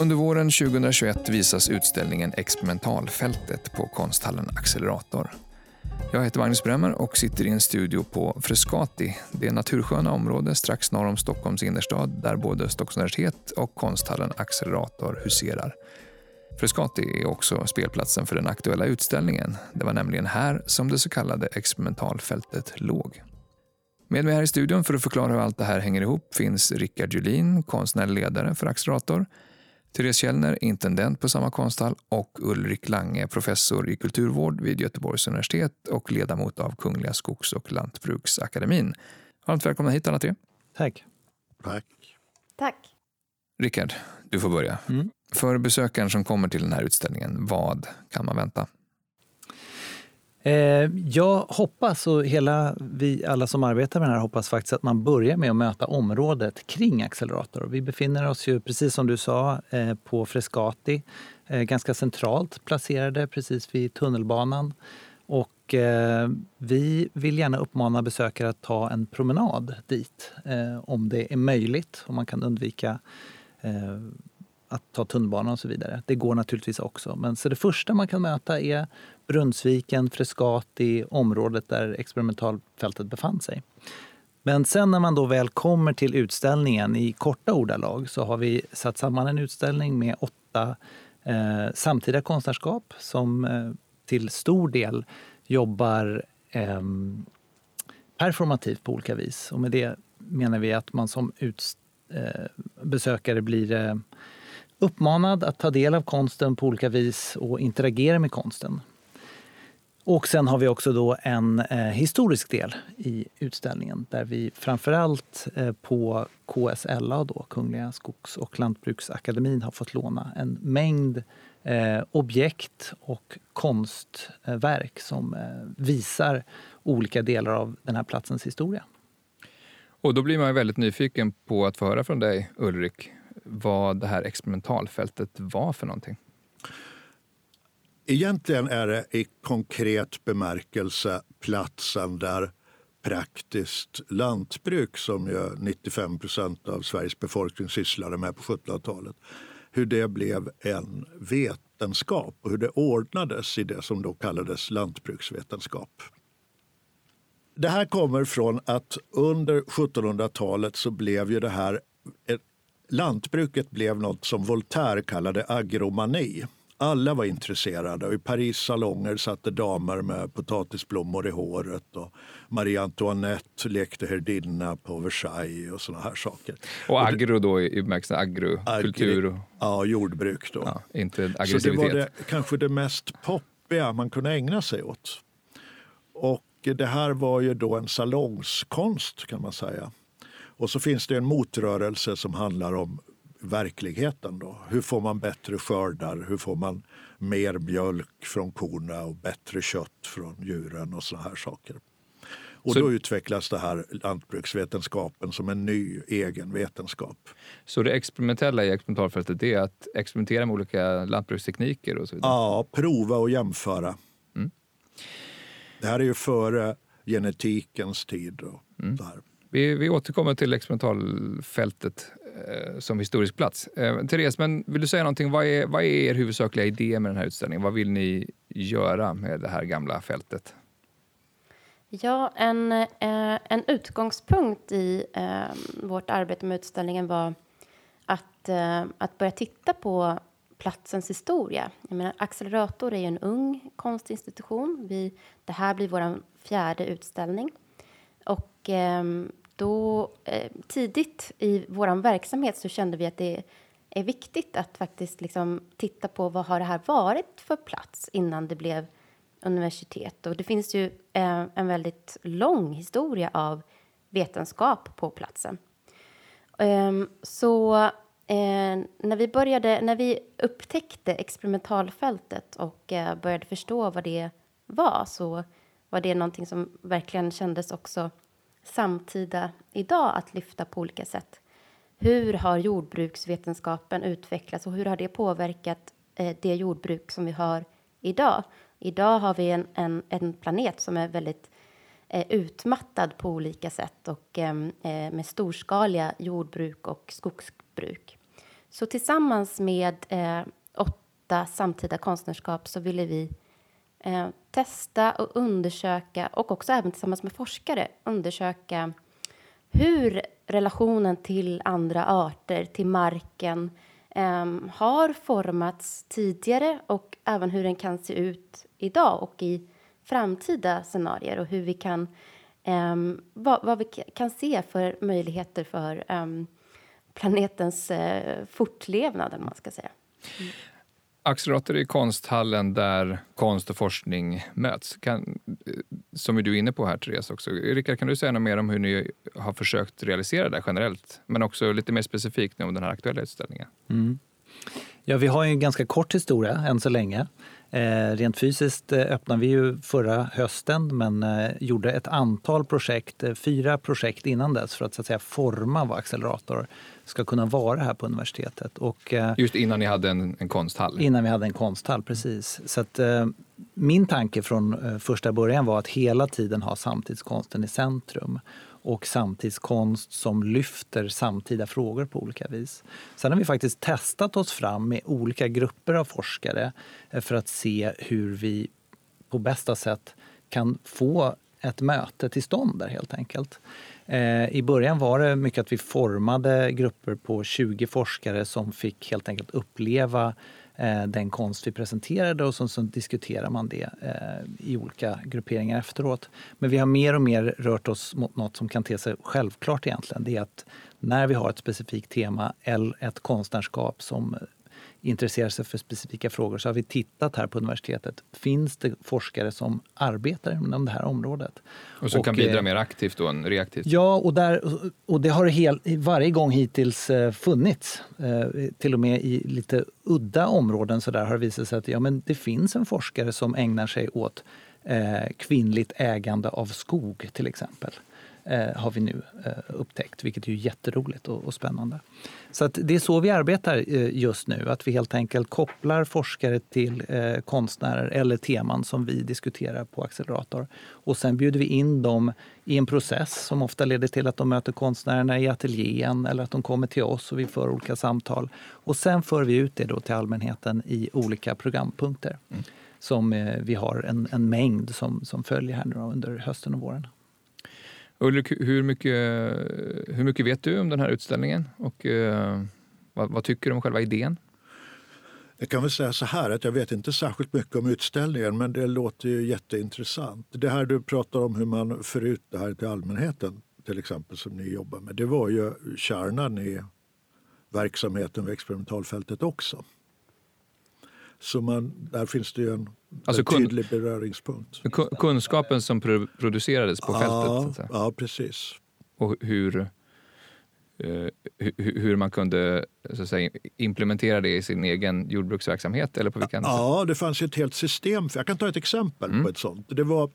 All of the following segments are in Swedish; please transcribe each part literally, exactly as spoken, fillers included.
Under våren tjugohundratjugoett visas utställningen Experimentalfältet på konsthallen Accelerator. Jag heter Magnus Bremmer och sitter i en studio på Frescati, det natursköna område strax norr om Stockholms innerstad där både Stockholms universitet och konsthallen Accelerator huserar. Frescati är också spelplatsen för den aktuella utställningen. Det var nämligen här som det så kallade experimentalfältet låg. Med mig här i studion för att förklara hur allt det här hänger ihop finns Rickard Julin, konstnärlig ledare för Accelerator, Therese Källner, intendent på samma konsthall, och Ulrik Lange, professor i kulturvård vid Göteborgs universitet och ledamot av Kungliga Skogs- och Lantbruksakademin. Varmt välkomna hit alla tre. Tack. Tack. Tack. Rickard, du får börja. Mm. För besökaren som kommer till den här utställningen, vad kan man vänta? Eh, jag hoppas, och hela vi alla som arbetar med det här hoppas faktiskt att man börjar med att möta området kring Accelerator. Vi befinner oss ju, precis som du sa, eh, på Frescati, eh, ganska centralt placerade precis vid tunnelbanan. Och eh, vi vill gärna uppmana besökare att ta en promenad dit eh, om det är möjligt, om man kan undvika eh, att ta tunnelbanan och så vidare. Det går naturligtvis också. Men så det första man kan möta är Brunnsviken, Frescati, området där experimentalfältet befann sig. Men sen när man då väl kommer till utställningen i korta ordalag så har vi satt samman en utställning med åtta eh, samtida konstnärskap som eh, till stor del jobbar eh, performativt på olika vis. Och med det menar vi att man som ut, eh, besökare blir eh, uppmanad att ta del av konsten på olika vis och interagera med konsten. Och sen har vi också då en eh, historisk del i utställningen där vi framförallt eh, på K S L A, då, Kungliga Skogs- och Lantbruksakademin, har fått låna en mängd eh, objekt och konstverk som eh, visar olika delar av den här platsens historia. Och då blir man ju väldigt nyfiken på att få höra från dig, Ulrik, vad det här experimentalfältet var för någonting. Egentligen är det i konkret bemärkelse platsen där praktiskt lantbruk, som ju nittiofem procent av Sveriges befolkning sysslade med på sjuttonhundratalet, hur det blev en vetenskap och hur det ordnades i det som då kallades lantbruksvetenskap. Det här kommer från att under sjuttonhundratalet så blev ju det här, lantbruket blev något som Voltaire kallade agromani. Alla var intresserade och i Paris salonger satte damer med potatisblommor i håret och Marie Antoinette lekte herdinna på Versailles och såna här saker. Och agro då i bemärkelsen agrokultur? Och... Ja, jordbruk då. Ja, inte aggressivitet. Så det var det, kanske det mest poppiga man kunde ägna sig åt. Och det här var ju då en salongskonst, kan man säga. Och så finns det en motrörelse som handlar om verkligheten då. Hur får man bättre skördar? Hur får man mer mjölk från korna och bättre kött från djuren och såna här saker? Och så, då utvecklas det här lantbruksvetenskapen som en ny egen vetenskap. Så det experimentella i experimentalfältet är att experimentera med olika lantbrukstekniker och så vidare? Ja, prova och jämföra. Mm. Det här är ju före genetikens tid och mm. så här. Vi, vi återkommer till experimentalfältet eh, som historisk plats. Eh, Therese, men vill du säga någonting? Vad är, vad är er huvudsakliga idé med den här utställningen? Vad vill ni göra med det här gamla fältet? Ja, en, eh, en utgångspunkt i eh, vårt arbete med utställningen var att, eh, att börja titta på platsens historia. Jag menar, Accelerator är ju en ung konstinstitution. Vi, det här blir vår fjärde utställning. Och eh, då eh, tidigt i vår verksamhet så kände vi att det är viktigt att faktiskt liksom titta på vad har det här varit för plats innan det blev universitet. Och det finns ju eh, en väldigt lång historia av vetenskap på platsen. Eh, så eh, när vi började, när vi upptäckte experimentalfältet och eh, började förstå vad det var, så var det någonting som verkligen kändes också samtida idag att lyfta på olika sätt. Hur har jordbruksvetenskapen utvecklats och hur har det påverkat eh, det jordbruk som vi har idag? Idag har vi en, en, en planet som är väldigt eh, utmattad på olika sätt och eh, med storskaliga jordbruk och skogsbruk. Så tillsammans med eh, åtta samtida konstnärskap så ville vi eh, testa och undersöka, och också även tillsammans med forskare undersöka hur relationen till andra arter, till marken, eh, har formats tidigare, och även hur den kan se ut idag och i framtida scenarier, och hur vi kan, eh, vad, vad vi kan se för möjligheter för eh, planetens eh, fortlevnad, om man ska säga. Mm. Accelerator i konsthallen där konst och forskning möts. Kan, som du är inne på här, Therese, också. Rickard, kan du säga något mer om hur ni har försökt realisera det generellt? Men också lite mer specifikt om den här aktuella utställningen. Mm. Ja, vi har ju en ganska kort historia än så länge. Eh, rent fysiskt eh, öppnade vi ju förra hösten, men eh, gjorde ett antal projekt, eh, fyra projekt innan dess, för att, så att säga, forma vad accelerator ska kunna vara här på universitetet. Och, eh, just innan ni hade en, en konsthall? Innan vi hade en konsthall, precis. Så att, eh, min tanke från eh, första början var att hela tiden ha samtidskonsten i centrum. Och samtidskonst som lyfter samtida frågor på olika vis. Sen har vi faktiskt testat oss fram med olika grupper av forskare för att se hur vi på bästa sätt kan få ett möte till stånd där, helt enkelt. I början var det mycket att vi formade grupper på tjugo forskare som fick helt enkelt uppleva den konst vi presenterade, och så, så diskuterar man det eh, i olika grupperingar efteråt. Men vi har mer och mer rört oss mot något som kan te sig självklart egentligen. Det är att när vi har ett specifikt tema eller ett konstnärskap som intresserar sig för specifika frågor, så har vi tittat här på universitetet. Finns det forskare som arbetar inom det här området? Och som och, kan bidra mer aktivt då än reaktivt? Ja, och, där, och det har hel, varje gång hittills funnits. Till och med i lite udda områden så där har det visat sig att ja, men det finns en forskare som ägnar sig åt eh, kvinnligt ägande av skog, till exempel. Eh, har vi nu eh, upptäckt, vilket är ju jätteroligt och, och spännande. Så att det är så vi arbetar eh, just nu, att vi helt enkelt kopplar forskare till eh, konstnärer eller teman som vi diskuterar på Accelerator. Och sen bjuder vi in dem i en process som ofta leder till att de möter konstnärerna i ateljén eller att de kommer till oss och vi för olika samtal. Och sen för vi ut det då till allmänheten i olika programpunkter mm. som eh, vi har en, en mängd som, som följer här nu under hösten och våren. Ulrik, hur mycket, hur mycket vet du om den här utställningen och eh, vad, vad tycker du om själva idén? Jag kan väl säga så här att jag vet inte särskilt mycket om utställningen, men det låter ju jätteintressant. Det här du pratar om, hur man för ut det här till allmänheten, till exempel, som ni jobbar med, det var ju kärnan i verksamheten vid experimentalfältet också. Så man, där finns det ju en, alltså en tydlig kun, beröringspunkt. Kunskapen som pro- producerades på ja, fältet? Så att säga. Ja, precis. Och hur, eh, hur man kunde så att säga, implementera det i sin egen jordbruksverksamhet? Eller på vilken ja, sätt? Det fanns ju ett helt system. Jag kan ta ett exempel mm. på ett sånt. Det var,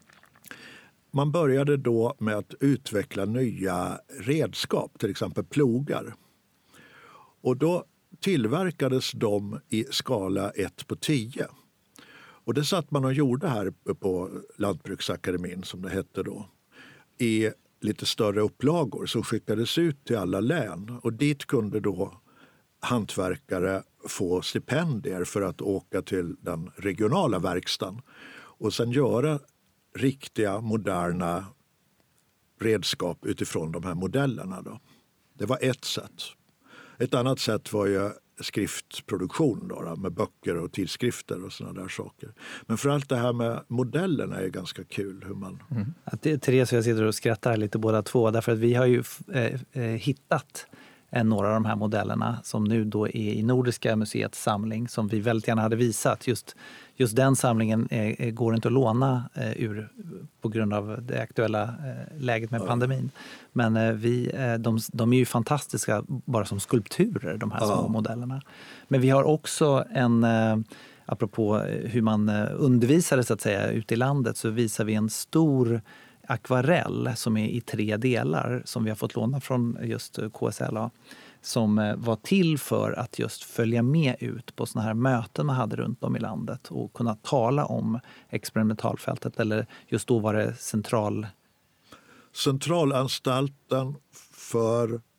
man började då med att utveckla nya redskap, till exempel plogar. Och då tillverkades de i skala ett på tio. Och det satt man och gjorde här på Lantbruksakademin, som det hette då, i lite större upplagor som skickades ut till alla län. Och dit kunde då hantverkare få stipendier för att åka till den regionala verkstaden och sen göra riktiga, moderna redskap utifrån de här modellerna då. Det var ett sätt. Ett annat sätt var ju skriftproduktion då, då, med böcker och tidskrifter och såna där saker. Men för allt det här med modellerna är ganska kul. Hur man... mm. Att Therese och jag sitter och skrattar lite båda två, därför att vi har ju eh, eh, hittat eh, några av de här modellerna som nu då är i Nordiska museets samling, som vi väldigt gärna hade visat. Just, just den samlingen eh, går inte att låna eh, ur på grund av det aktuella eh, läget med ja. pandemin. Men eh, vi, eh, de, de är ju fantastiska bara som skulpturer, de här ja. små modellerna. Men vi har också en, eh, apropå hur man undervisade så att säga ute i landet, så visar vi en stor akvarell som är i tre delar som vi har fått låna från just K S L A, som var till för att just följa med ut på såna här möten man hade runt om i landet och kunna tala om experimentalfältet, eller just då var det central... Centralanstalten för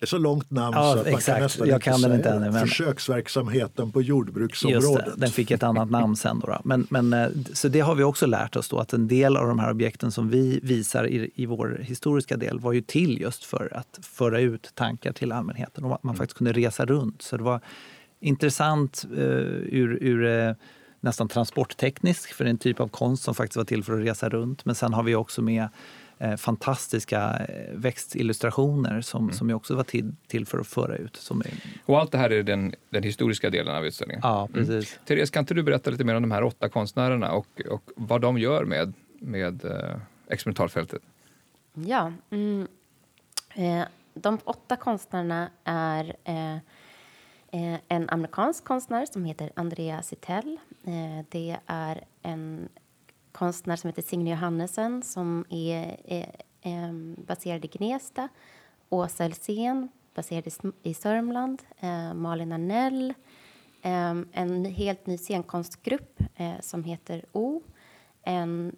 Det är så långt namn ja, så att man exakt. kan nästan Jag inte kan säga den inte ännu, men... Försöksverksamheten på jordbruksområdet. Just det, den fick ett annat namn sen. Då, då. Men, men, så det har vi också lärt oss då, att en del av de här objekten som vi visar i, i vår historiska del var ju till just för att föra ut tankar till allmänheten och att man faktiskt kunde resa runt. Så det var intressant uh, ur, ur uh, nästan transportteknisk, för en typ av konst som faktiskt var till för att resa runt. Men sen har vi också med eh, fantastiska eh, växtillustrationer som, mm. som ju också var till, till för att föra ut. Som är... Och allt det här är den, den historiska delen av utställningen. Ja, precis. Mm. Therese, kan inte du berätta lite mer om de här åtta konstnärerna och, och vad de gör med, med eh, experimentalfältet? Ja, mm, eh, de åtta konstnärerna är eh, en amerikansk konstnär som heter Andrea Sittell. Det är en konstnär som heter Signe Johannesen som är, är, är baserad i Gnesta. Åsa Elsén, baserad i, i Sörmland. Malin Arnell. En helt ny scenkonstgrupp som heter O. En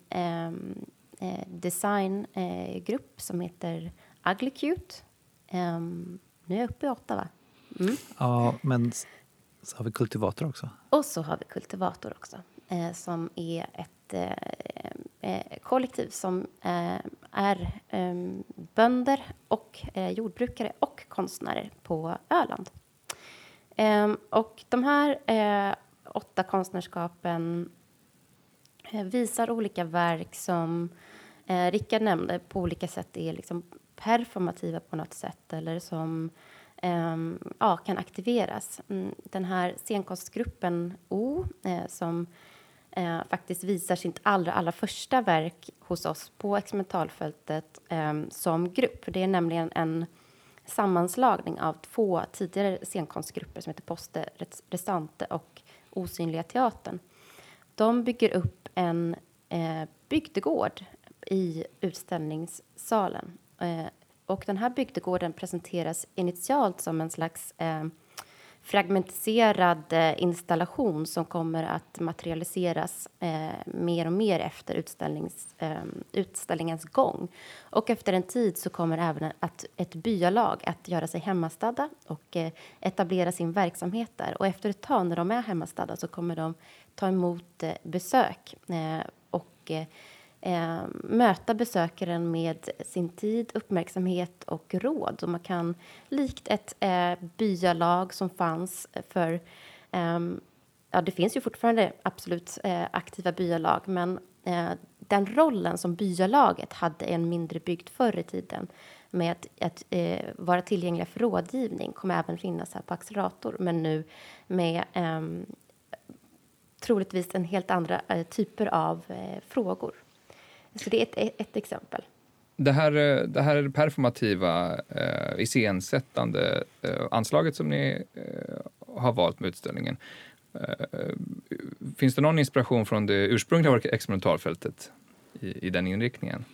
designgrupp som heter Ugly Cute. Nu är jag uppe i åtta, va? Mm. Ja, men så har vi kultivator också. Och så har vi kultivator också. Eh, som är ett eh, kollektiv som eh, är eh, bönder och eh, jordbrukare och konstnärer på Öland. Eh, och de här eh, åtta konstnärskapen eh, visar olika verk som eh, Rickard nämnde på olika sätt är liksom performativa på något sätt eller som Um, ja, kan aktiveras. Mm, den här scenkonstgruppen O eh, som eh, faktiskt visar sitt allra, allra första verk hos oss på experimentalfältet eh, som grupp. Det är nämligen en sammanslagning av två tidigare scenkonstgrupper som heter Poste Restante och Osynliga teatern. De bygger upp en eh, bygdegård i utställningssalen. Eh, Och den här bygdegården presenteras initialt som en slags eh, fragmentiserad eh, installation som kommer att materialiseras eh, mer och mer efter utställnings, eh, utställningens gång. Och efter en tid så kommer även att ett byalag att göra sig hemmastadda och eh, etablera sin verksamhet där. Och efter ett tag när de är hemmastadda så kommer de ta emot eh, besök eh, och eh, Eh, möta besökaren med sin tid, uppmärksamhet och råd. Och man kan, likt ett eh, byalag som fanns för... Eh, ja, det finns ju fortfarande absolut eh, aktiva byalag. Men eh, den rollen som byalaget hade en mindre bygd förr i tiden med att, att eh, vara tillgängliga för rådgivning kommer även finnas här på Accelerator. Men nu med eh, troligtvis en helt andra eh, typer av eh, frågor. Så det är ett, ett, ett exempel. Det här, det här performativa, eh, iscensättande eh, anslaget som ni eh, har valt med utställningen. Eh, finns det någon inspiration från det ursprungliga experimentalfältet i, i den inriktningen?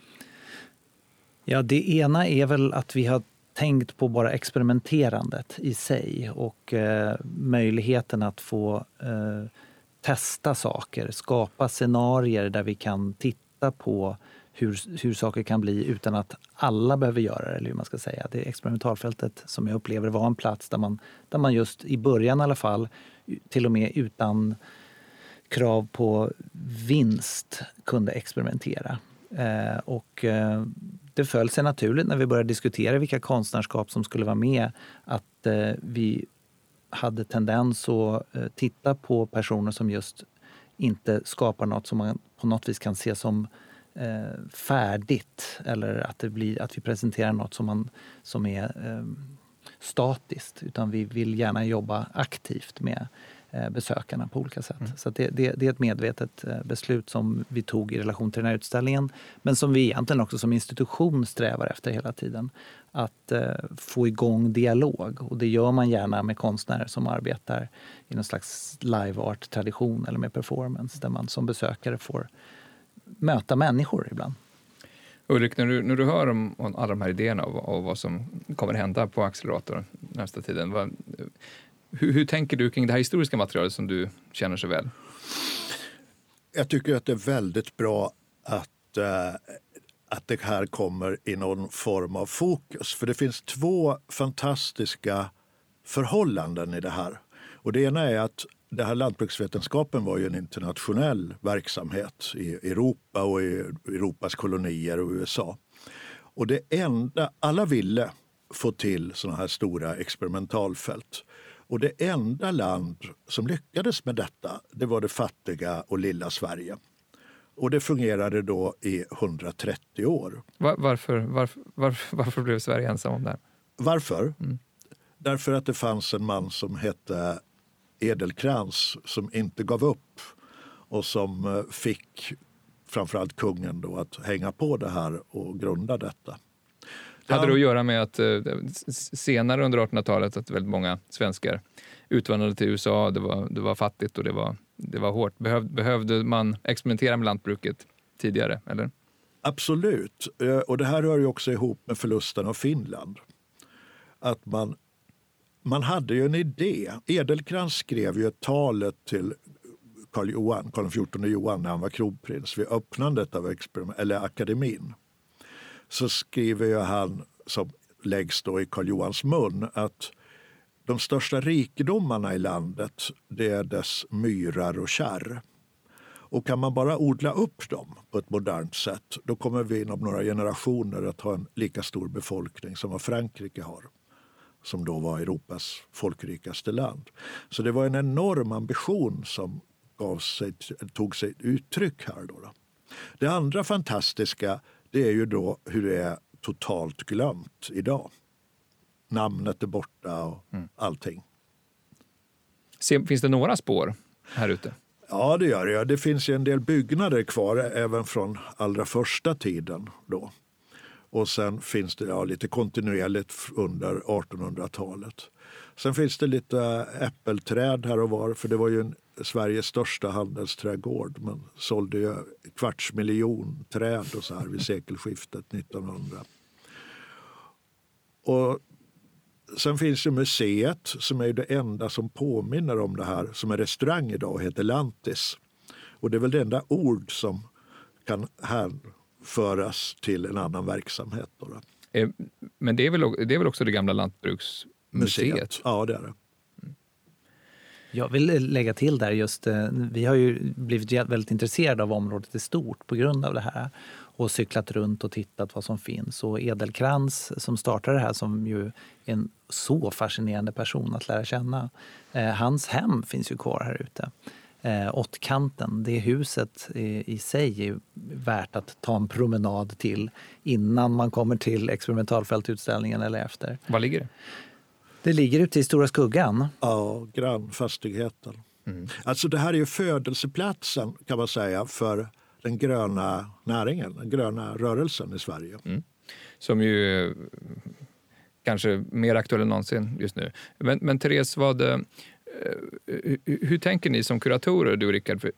Ja, det ena är väl att vi har tänkt på bara experimenterandet i sig och eh, möjligheten att få eh, testa saker, skapa scenarier där vi kan titta på hur, hur saker kan bli utan att alla behöver göra det, eller hur man ska säga. Det experimentalfältet som jag upplever var en plats där man, där man just i början i alla fall, till och med utan krav på vinst, kunde experimentera. Eh, och eh, det föll sig naturligt när vi började diskutera vilka konstnärskap som skulle vara med, att eh, vi hade tendens att eh, titta på personer som just inte skapar något som man på något vis kan se som eh, färdigt, eller att, det blir, att vi presenterar något som, man, som är eh, statiskt, utan vi vill gärna jobba aktivt med eh, besökarna på olika sätt. Mm. Så det, det, det är ett medvetet eh, beslut som vi tog i relation till den här utställningen, men som vi egentligen också som institution strävar efter hela tiden. Att eh, få igång dialog, och det gör man gärna med konstnärer som arbetar i någon slags live art-tradition eller med performance, där man som besökare får möta människor ibland. Ulrik, när du, när du hör om, om alla de här idéerna och, och vad som kommer hända på Accelerator nästa tiden, vad, hur, hur tänker du kring det här historiska materialet som du känner så väl? Jag tycker att det är väldigt bra att, äh, att det här kommer i någon form av fokus. För det finns två fantastiska förhållanden i det här. Och det ena är att det här lantbruksvetenskapen var ju en internationell verksamhet i Europa och i Europas kolonier och U S A. Och det enda, alla ville få till såna här stora experimentalfält. Och det enda land som lyckades med detta, det var det fattiga och lilla Sverige. Och det fungerade då i hundratrettio år. Var, varför, varför, varför, varför blev Sverige ensam om det här? Varför? Mm. Därför att det fanns en man som hette Edelkrans som inte gav upp och som fick framförallt kungen då att hänga på det här och grunda detta. Det Hade det att göra med att eh, senare under artonhundratalet att väldigt många svenskar utvandrade till U S A, det var, det var fattigt och det var, det var hårt. Behöv, behövde man experimentera med lantbruket tidigare, eller? Absolut. Och det här hör ju också ihop med förlusten av Finland. Att man, man hade ju en idé. Edelkrans skrev ju ett talet till Karl Johan, Karl fjortonde Johan när han var kronprins vid öppnandet av experiment, eller akademin. Så skriver ju han, som läggs då i Karl Johans mun, att de största rikedomarna i landet, det är dess myrar och kärr. Och kan man bara odla upp dem på ett modernt sätt, då kommer vi inom några generationer att ha en lika stor befolkning som vad Frankrike har, som då var Europas folkrikaste land. Så det var en enorm ambition som gav sig, tog sig uttryck här då. då. Det andra fantastiska, det är ju då hur det är totalt glömt idag. Namnet är borta och mm. allting. Se, finns det några spår här ute? Ja, det gör det. Det finns ju en del byggnader kvar även från allra första tiden då. Och sen finns det ja, lite kontinuerligt under artonhundratalet. Sen finns det lite äppelträd här och var, för det var ju en, Sveriges största handelsträdgård. Man sålde ju kvarts miljon träd och så här vid sekelskiftet nittonhundra. Och sen finns ju museet som är det enda som påminner om det här, som är restaurang idag och heter Lantis. Och det är väl det enda ord som kan hänföras till en annan verksamhet. Då. Men det är, väl, det är väl också det gamla lantbruksmuseet? Museet. Ja, det är det. Jag vill lägga till där just, vi har ju blivit väldigt intresserade av området i stort på grund av det här och cyklat runt och tittat vad som finns. Och Edelkrans som startade det här, som ju är en så fascinerande person att lära känna, eh, hans hem finns ju kvar här ute. Eh, åttkanten, det huset i, i sig är värt att ta en promenad till innan man kommer till experimentalfältutställningen eller efter. Var ligger det? Det ligger ute i Stora Skuggan. Ja, grannfastigheten. Mm. Alltså det här är ju födelseplatsen kan man säga för den gröna näringen, den gröna rörelsen i Sverige. Mm. Som ju kanske mer aktuell än någonsin just nu. Men, men Therese, vad, uh, hur tänker ni som kuratorer, du och Rickard,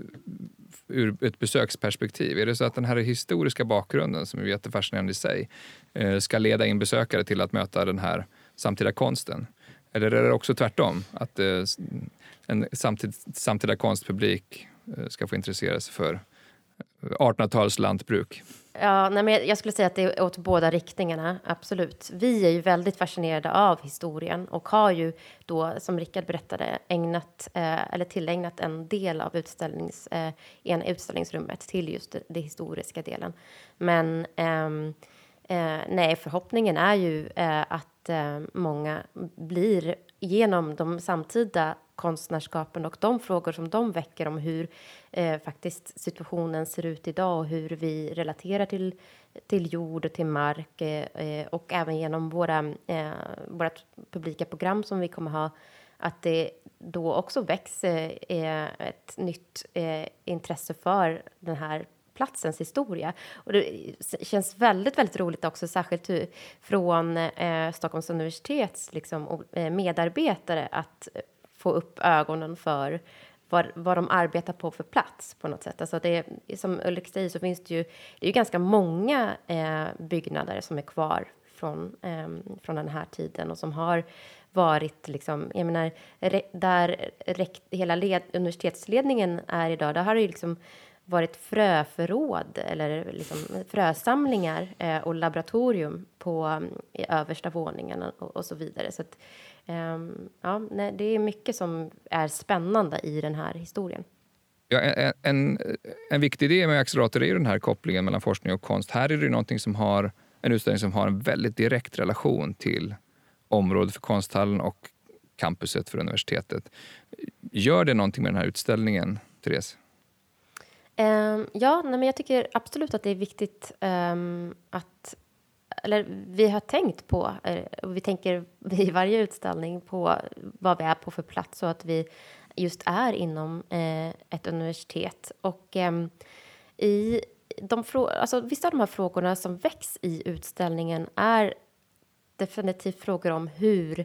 ur ett besöksperspektiv? Är det så att den här historiska bakgrunden, som är jättefascinerande i sig, uh, ska leda in besökare till att möta den här samtida konsten? Eller är det också tvärtom? Att uh, en samtid, samtida konstpublik uh, ska få intressera sig för artonhundratals lantbruk? Ja, nej, men jag skulle säga att det är åt båda riktningarna, absolut. Vi är ju väldigt fascinerade av historien och har ju då, som Rickard berättade, ägnat, eh, eller tillägnat en del av utställnings, eh, en utställningsrummet till just det, det historiska delen. Men ehm, eh, nej, förhoppningen är ju eh, att eh, många blir genom de samtida konstnärskapen och de frågor som de väcker om hur eh, faktiskt situationen ser ut idag och hur vi relaterar till, till jord och till mark eh, och även genom våra, eh, våra publika program som vi kommer ha, att det då också växer eh, ett nytt eh, intresse för den här platsens historia. Och det känns väldigt, väldigt roligt också, särskilt från eh, Stockholms universitets liksom, medarbetare, att få upp ögonen för vad, vad de arbetar på för plats på något sätt. Alltså det, som Ulrik säger så finns det ju, det är ju ganska många eh, byggnader som är kvar från, eh, från den här tiden och som har varit liksom, jag menar, re, där rekt, hela led, universitetsledningen är idag, där har det ju liksom varit fröförråd eller liksom frösamlingar eh, och laboratorium på um, i översta våningen och, och så vidare. Så att, um, ja, nej, det är mycket som är spännande i den här historien. Ja, en, en, en viktig idé med accelerator är ju den här kopplingen mellan forskning och konst. Här är det ju någonting som har, en utställning som har en väldigt direkt relation till området för konsthallen och campuset för universitetet. Gör det någonting med den här utställningen, Therese? Um, ja, nej, men jag tycker absolut att det är viktigt um, att, eller vi har tänkt på, och vi tänker i varje utställning på vad vi är på för plats och att vi just är inom eh, ett universitet. Och eh, i de frå- alltså, vissa av de här frågorna som väcks i utställningen är definitivt frågor om hur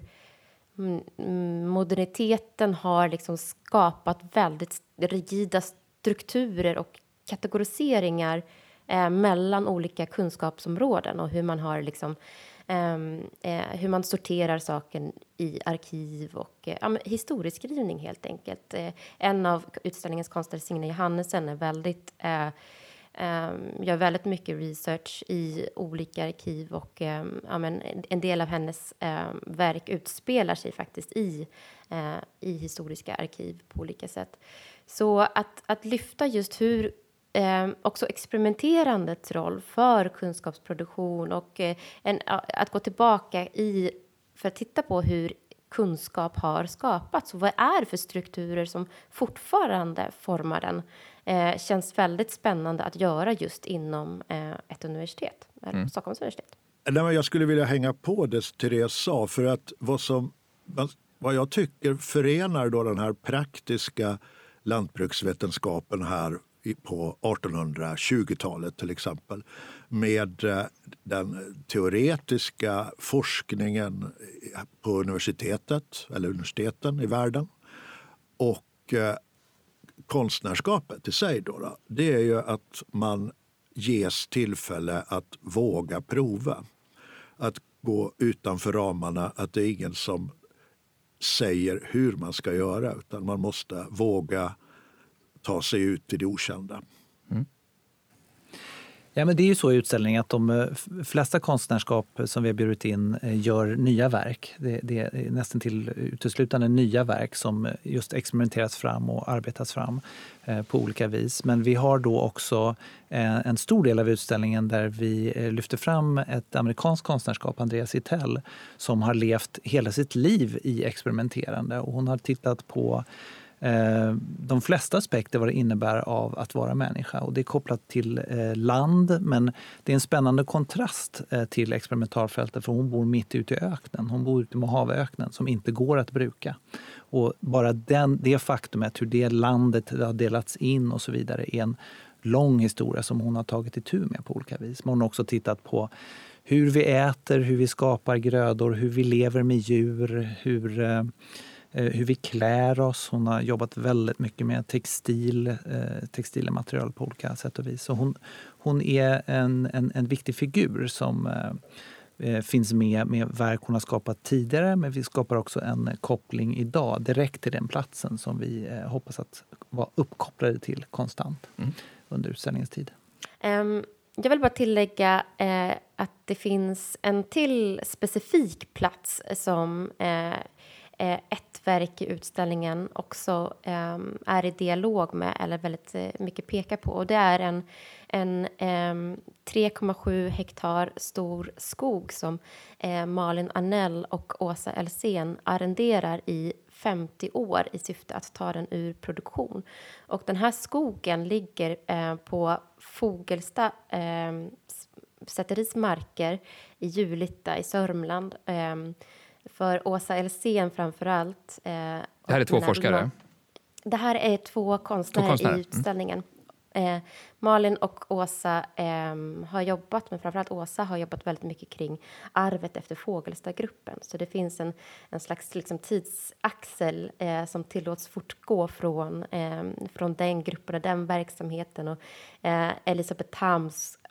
mm, moderniteten har liksom skapat väldigt rigida strukturer och kategoriseringar eh, mellan olika kunskapsområden och hur man har liksom Um, eh, hur man sorterar saken i arkiv och eh, ja, historieskrivning helt enkelt. Eh, en av utställningens konstnärer, Signe Johannesen, är väldigt, eh, eh, gör väldigt mycket research i olika arkiv och eh, ja, men en del av hennes eh, verk utspelar sig faktiskt i, eh, i historiska arkiv på olika sätt. Så att, att lyfta just hur Eh, också experimenterandets roll för kunskapsproduktion och eh, en, att gå tillbaka i för att titta på hur kunskap har skapats och vad är det för strukturer som fortfarande formar den eh, känns väldigt spännande att göra just inom eh, ett universitet, mm. Stockholms universitet. Jag skulle vilja hänga på det Therese sa, för att vad, som, vad jag tycker förenar då den här praktiska lantbruksvetenskapen här på artonhundratjugotalet till exempel med den teoretiska forskningen på universitetet eller universiteten i världen och konstnärskapet i sig då, då, det är ju att man ges tillfälle att våga prova, att gå utanför ramarna, att det är ingen som säger hur man ska göra utan man måste våga ta sig ut i det okända. Mm. Ja, men det är ju så i utställningen att de flesta konstnärskap som vi har bjudit in gör nya verk. Det, det är nästan till uteslutande nya verk som just experimenteras fram och arbetas fram eh, på olika vis. Men vi har då också eh, en stor del av utställningen där vi eh, lyfter fram ett amerikanskt konstnärskap, Andreas Hittell, som har levt hela sitt liv i experimenterande. Och hon har tittat på de flesta aspekter vad det innebär av att vara människa. Och det är kopplat till land, men det är en spännande kontrast till experimentalfältet för hon bor mitt ute i öknen. Hon bor ute i Mojaveöknen som inte går att bruka. Och bara den, det faktumet hur det landet har delats in och så vidare är en lång historia som hon har tagit itu med på olika vis. Men hon har också tittat på hur vi äter, hur vi skapar grödor, hur vi lever med djur, hur hur vi klär oss. Hon har jobbat väldigt mycket med textil, eh, textila material på olika sätt och vis. Så hon, hon är en, en, en viktig figur som eh, finns med med verk hon har skapat tidigare, men vi skapar också en koppling idag direkt till den platsen som vi eh, hoppas att vara uppkopplade till konstant mm. under utställningens tid. Um, jag vill bara tillägga eh, att det finns en till specifik plats som eh, ett verk i utställningen också um, är i dialog med eller väldigt uh, mycket pekar på. Och det är en, en um, tre komma sju hektar stor skog som uh, Malin Arnell och Åsa Elsén arrenderar i femtio år i syfte att ta den ur produktion. Och den här skogen ligger uh, på Fogelsta uh, säteris marker i Julita i Sörmland. Um, För Åsa Elsén framförallt. Eh, det här är två forskare? Ma- det här är två konstnärer, två konstnärer. i utställningen. Mm. Eh, Malin och Åsa eh, har jobbat, men framförallt Åsa har jobbat väldigt mycket kring arvet efter Fogelstagruppen. Så det finns en, en slags liksom, tidsaxel eh, som tillåts fortgå från, eh, från den gruppen och den verksamheten. Och, eh, Elisabeth Thams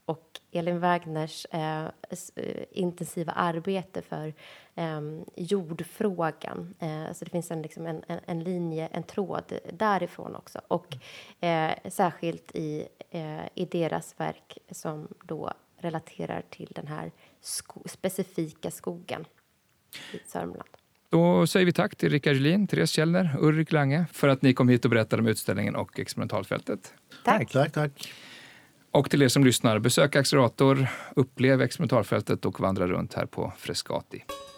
och Elin Wägners eh, intensiva arbete för eh, jordfrågan. Eh, så det finns en, liksom en, en, en linje, en tråd därifrån också. Och eh, särskilt i, eh, i deras verk som då relaterar till den här sko- specifika skogen i Sörmland. Då säger vi tack till Rickard Julin, Therese Källner, Ulrik Lange för att ni kom hit och berättade om utställningen och experimentalfältet. Tack. Tack, tack. Och till er som lyssnar, besök Accelerator, upplev experimentalfältet och vandra runt här på Frescati.